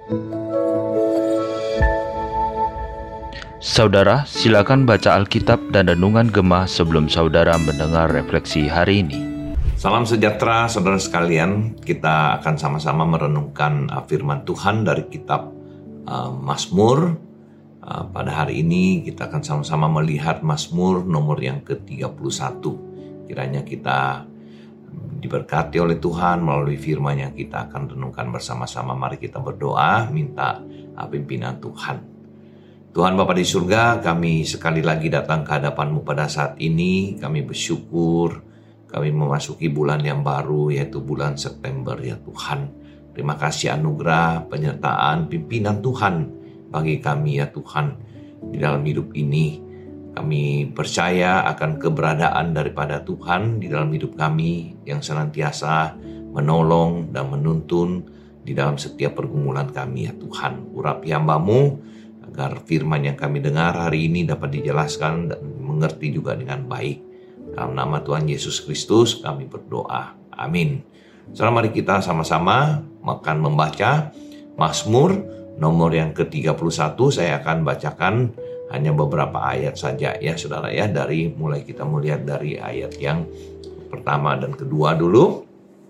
Saudara, silakan baca Alkitab dan Renungan Gemah sebelum saudara mendengar refleksi hari ini. Salam sejahtera saudara sekalian, kita akan sama-sama merenungkan firman Tuhan dari kitab Mazmur. Pada hari ini kita akan sama-sama melihat Mazmur nomor yang ke-31. Kiranya kita diberkati oleh Tuhan melalui firman yang kita akan renungkan bersama-sama. Mari kita berdoa, minta pimpinan Tuhan. Tuhan Bapa di surga, kami sekali lagi datang ke hadapan-Mu pada saat ini. Kami bersyukur, kami memasuki bulan yang baru, yaitu bulan September ya Tuhan. Terima kasih anugerah, penyertaan, pimpinan Tuhan bagi kami ya Tuhan. Di dalam hidup ini, kami percaya akan keberadaan daripada Tuhan di dalam hidup kami yang senantiasa menolong dan menuntun di dalam setiap pergumulan kami ya Tuhan. Urapi hamba-Mu, agar firman yang kami dengar hari ini dapat dijelaskan dan mengerti juga dengan baik. Dalam nama Tuhan Yesus Kristus kami berdoa. Amin. Sekarang mari kita sama-sama akan membaca Mazmur nomor yang ke-31. Saya akan bacakan hanya beberapa ayat saja ya saudara ya. Mulai kita melihat dari ayat yang pertama dan kedua dulu.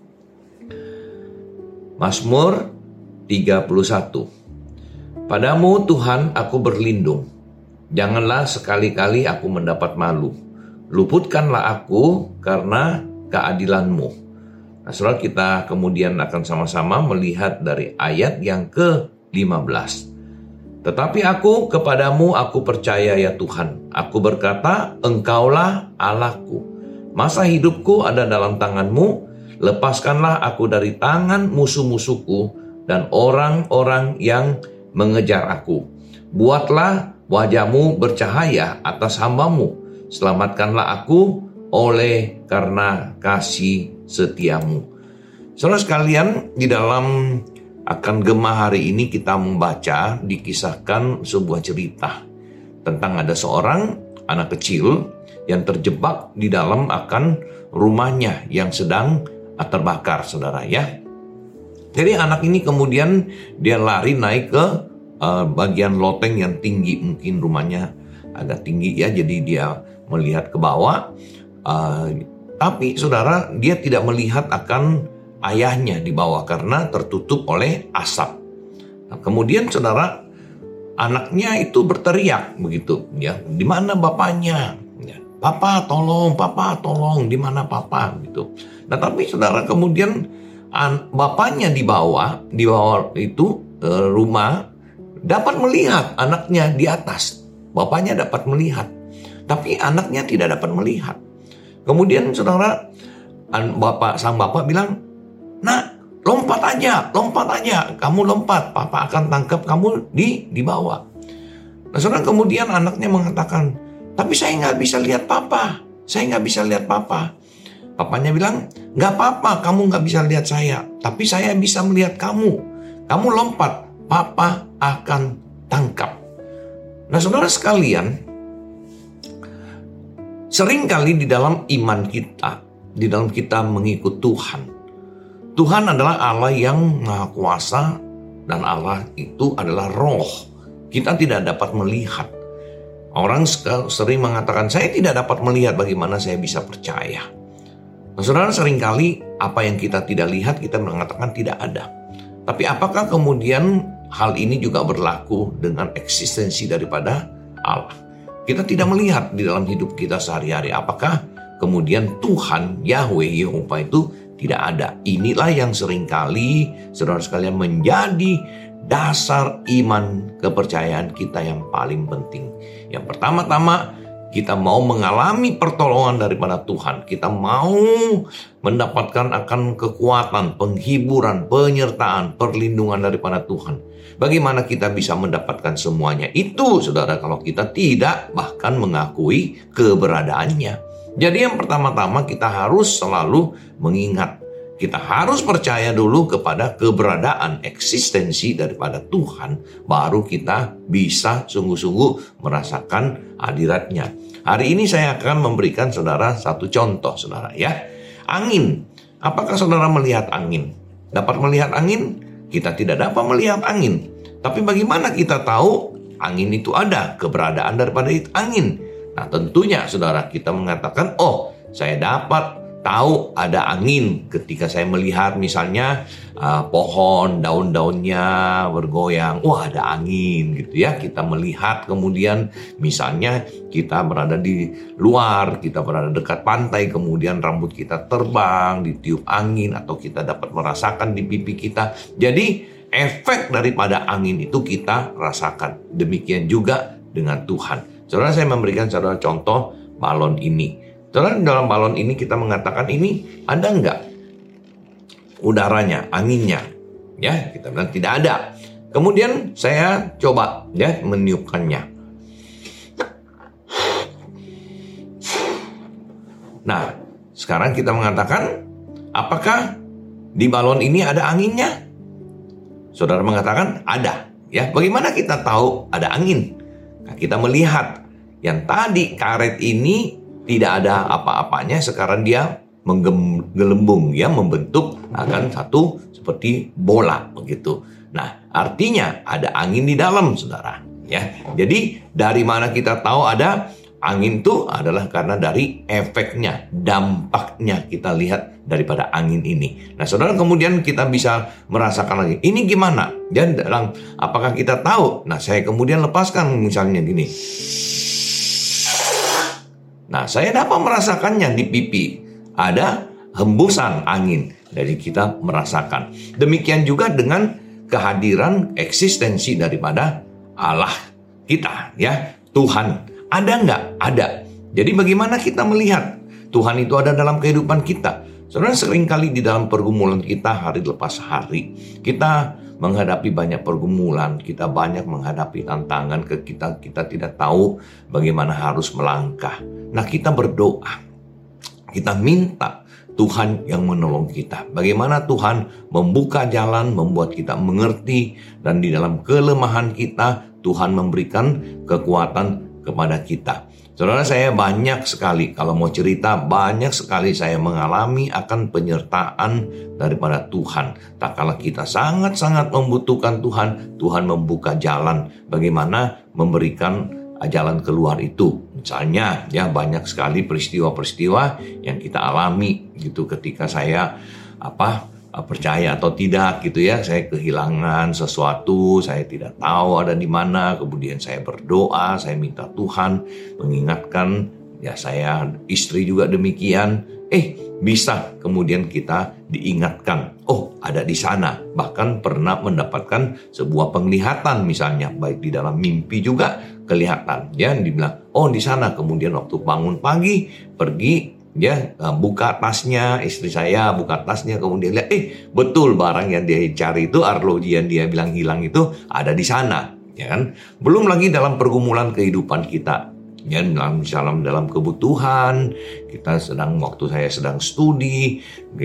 Mazmur 31. Padamu Tuhan aku berlindung, janganlah sekali-kali aku mendapat malu. Luputkanlah aku karena keadilan-Mu. Nah saudara, kita kemudian akan sama-sama melihat dari ayat yang ke-15. Tetapi aku kepadamu aku percaya ya Tuhan. Aku berkata, Engkaulah Allahku. Masa hidupku ada dalam tangan-Mu. Lepaskanlah aku dari tangan musuh-musuhku dan orang-orang yang mengejar aku. Buatlah wajah-Mu bercahaya atas hamba-Mu. Selamatkanlah aku oleh karena kasih setia-Mu. Saudara sekalian, di dalam akan gemah hari ini kita membaca, dikisahkan sebuah cerita tentang ada seorang anak kecil yang terjebak di dalam akan rumahnya yang sedang terbakar, saudara ya. Jadi anak ini kemudian dia lari naik ke bagian loteng yang tinggi, mungkin rumahnya agak tinggi ya, jadi dia melihat ke bawah. Tapi saudara, dia tidak melihat akan ayahnya di bawah karena tertutup oleh asap. Nah, kemudian saudara, anaknya itu berteriak begitu ya, di mana bapaknya? Ya, papa tolong, di mana papa gitu. Nah tapi saudara, kemudian bapaknya di bawah itu rumah dapat melihat anaknya di atas. Bapaknya dapat melihat, tapi anaknya tidak dapat melihat. Kemudian saudara, sang bapak bilang, "Nak, lompat aja, kamu lompat, papa akan tangkap kamu di bawah." Nah saudara, kemudian anaknya mengatakan, "Tapi saya nggak bisa lihat papa, Papanya bilang, "Gak apa-apa, kamu gak bisa lihat saya, tapi saya bisa melihat kamu. Kamu lompat, papa akan tangkap." Nah saudara sekalian, seringkali di dalam iman kita, di dalam kita mengikut Tuhan adalah Allah yang Maha Kuasa dan Allah itu adalah roh. Kita tidak dapat melihat. Orang sering mengatakan, "Saya tidak dapat melihat, bagaimana saya bisa percaya?" Nah, saudara, seringkali apa yang kita tidak lihat kita mengatakan tidak ada. Tapi apakah kemudian hal ini juga berlaku dengan eksistensi daripada Allah? Kita tidak melihat di dalam hidup kita sehari-hari. Apakah kemudian Tuhan Yahweh Yehova itu tidak ada? Inilah yang seringkali saudara sekalian menjadi dasar iman kepercayaan kita yang paling penting. Yang pertama-tama, kita mau mengalami pertolongan daripada Tuhan. Kita mau mendapatkan akan kekuatan, penghiburan, penyertaan, perlindungan daripada Tuhan. Bagaimana kita bisa mendapatkan semuanya itu, saudara, kalau kita tidak bahkan mengakui keberadaannya. Jadi yang pertama-tama kita harus selalu mengingat. Kita harus percaya dulu kepada keberadaan eksistensi daripada Tuhan. Baru kita bisa sungguh-sungguh merasakan hadiratnya. Hari ini saya akan memberikan saudara satu contoh, saudara ya. Angin. Apakah saudara melihat angin? Dapat melihat angin? kita tidak dapat melihat angin. Tapi bagaimana kita tahu angin itu ada, keberadaan daripada angin? Nah, tentunya saudara, kita mengatakan, oh, saya dapat tahu ada angin ketika saya melihat misalnya pohon daun-daunnya bergoyang. Wah, ada angin gitu ya. Kita melihat kemudian misalnya kita berada di luar, kita berada dekat pantai, kemudian rambut kita terbang, ditiup angin, atau kita dapat merasakan di pipi kita. Jadi efek daripada angin itu kita rasakan. Demikian juga dengan Tuhan. Saudara, saya memberikan saudara contoh balon ini. Saudara, dalam balon ini kita mengatakan ini ada enggak udaranya, anginnya? Ya, kita bilang tidak ada. Kemudian saya coba ya meniupkannya. Nah, sekarang kita mengatakan, apakah di balon ini ada anginnya? Saudara mengatakan ada. Ya, bagaimana kita tahu ada angin? Nah, kita melihat yang tadi karet ini tidak ada apa-apanya, sekarang dia menggelembung, ya, membentuk akan satu seperti bola begitu. Nah, artinya ada angin di dalam, saudara. Ya, jadi dari mana kita tahu ada angin itu adalah karena dari efeknya, dampaknya kita lihat daripada angin ini. Nah, saudara, kemudian kita bisa merasakan lagi. Ini gimana? Dan dalam apakah kita tahu? Nah, saya kemudian lepaskan misalnya gini. Nah, saya dapat merasakannya di pipi. Ada hembusan angin. Jadi kita merasakan. Demikian juga dengan kehadiran eksistensi daripada Allah kita, ya, Tuhan. Ada nggak? Ada. Jadi bagaimana kita melihat Tuhan itu ada dalam kehidupan kita? Sebenarnya seringkali di dalam pergumulan kita hari lepas hari, kita menghadapi banyak pergumulan, kita banyak menghadapi tantangan, kita tidak tahu bagaimana harus melangkah. Nah, kita berdoa, kita minta Tuhan yang menolong kita. Bagaimana Tuhan membuka jalan, membuat kita mengerti, dan di dalam kelemahan kita, Tuhan memberikan kekuatan kepada kita. Saudara, saya banyak sekali, kalau mau cerita, banyak sekali saya mengalami akan penyertaan daripada Tuhan. Tak kala kita sangat-sangat membutuhkan Tuhan, Tuhan membuka jalan bagaimana memberikan jalan keluar itu. Misalnya, ya, banyak sekali peristiwa-peristiwa yang kita alami gitu ketika saya percaya atau tidak gitu ya, saya kehilangan sesuatu, saya tidak tahu ada di mana, kemudian saya berdoa, saya minta Tuhan mengingatkan, ya, saya istri juga demikian, bisa kemudian kita diingatkan, oh, ada di sana, bahkan pernah mendapatkan sebuah penglihatan misalnya, baik di dalam mimpi juga kelihatan, ya, dibilang, oh, di sana, kemudian waktu bangun pagi, pergi, ya, buka tasnya, istri saya buka tasnya, kemudian lihat, betul barang yang dia cari itu, arloji yang dia bilang hilang itu ada di sana, ya kan? Belum lagi dalam pergumulan kehidupan kita, ya, dalam kebutuhan kita waktu saya sedang studi,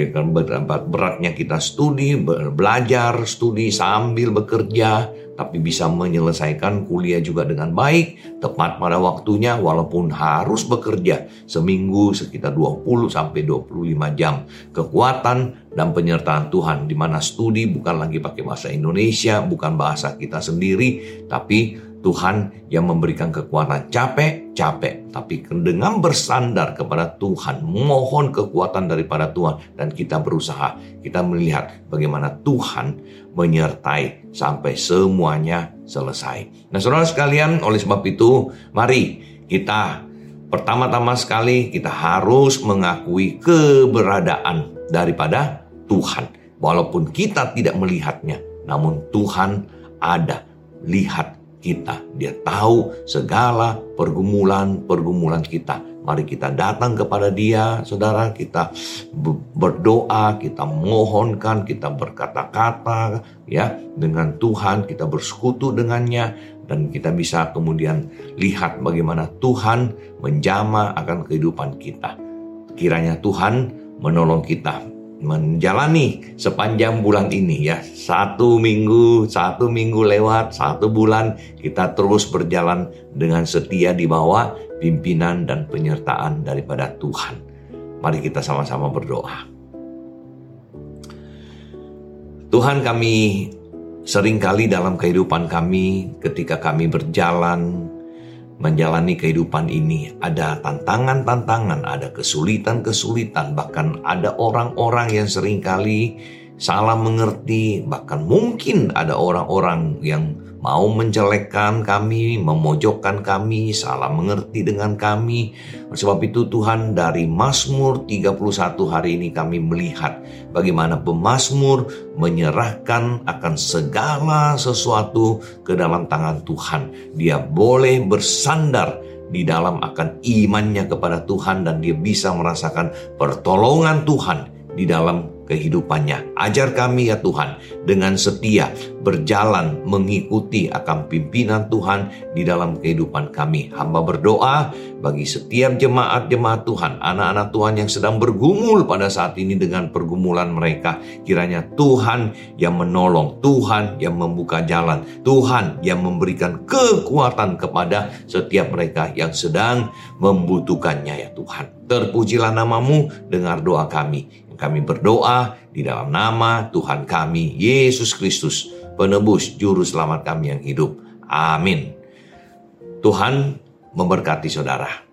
beratnya kita studi, belajar, studi sambil bekerja, tapi bisa menyelesaikan kuliah juga dengan baik, tepat pada waktunya, walaupun harus bekerja seminggu sekitar 20 sampai 25 jam. Kekuatan dan penyertaan Tuhan, di mana studi bukan lagi pakai bahasa Indonesia, bukan bahasa kita sendiri, tapi Tuhan yang memberikan kekuatan. Capek, tapi dengan bersandar kepada Tuhan, mohon kekuatan daripada Tuhan, dan kita berusaha, kita melihat bagaimana Tuhan menyertai sampai semuanya selesai. Nah, saudara sekalian, oleh sebab itu, mari kita pertama-tama sekali kita harus mengakui keberadaan daripada Tuhan. Walaupun kita tidak melihatnya, namun Tuhan ada, lihat kita. Dia tahu segala pergumulan kita. Mari kita datang kepada Dia, saudara. Kita berdoa, kita mohonkan, kita berkata-kata, ya, dengan Tuhan. Kita bersekutu dengannya, dan kita bisa kemudian lihat bagaimana Tuhan menjamah akan kehidupan kita. Kiranya Tuhan menolong kita menjalani sepanjang bulan ini, ya, satu minggu lewat, 1 bulan kita terus berjalan dengan setia di bawah pimpinan dan penyertaan daripada Tuhan. Mari kita sama-sama berdoa. Tuhan, kami Seringkali dalam kehidupan kami, ketika kami berjalan, menjalani kehidupan ini, ada tantangan-tantangan, ada kesulitan-kesulitan, bahkan ada orang-orang yang seringkali salah mengerti, bahkan mungkin ada orang-orang yang mau menjelekkan kami, memojokkan kami, salah mengerti dengan kami. Sebab itu Tuhan, dari Mazmur 31 hari ini kami melihat bagaimana pemazmur menyerahkan akan segala sesuatu ke dalam tangan Tuhan. Dia boleh bersandar di dalam akan imannya kepada Tuhan dan dia bisa merasakan pertolongan Tuhan di dalam kehidupannya. Ajar kami ya Tuhan, dengan setia berjalan mengikuti akan pimpinan Tuhan di dalam kehidupan kami. Hamba berdoa bagi setiap jemaat-jemaat Tuhan, anak-anak Tuhan yang sedang bergumul pada saat ini dengan pergumulan mereka. Kiranya Tuhan yang menolong, Tuhan yang membuka jalan, Tuhan yang memberikan kekuatan kepada setiap mereka yang sedang membutuhkannya ya Tuhan. Terpujilah nama-Mu, dengar doa kami. Kami berdoa di dalam nama Tuhan kami, Yesus Kristus, penebus juru selamat kami yang hidup. Amin. Tuhan memberkati saudara.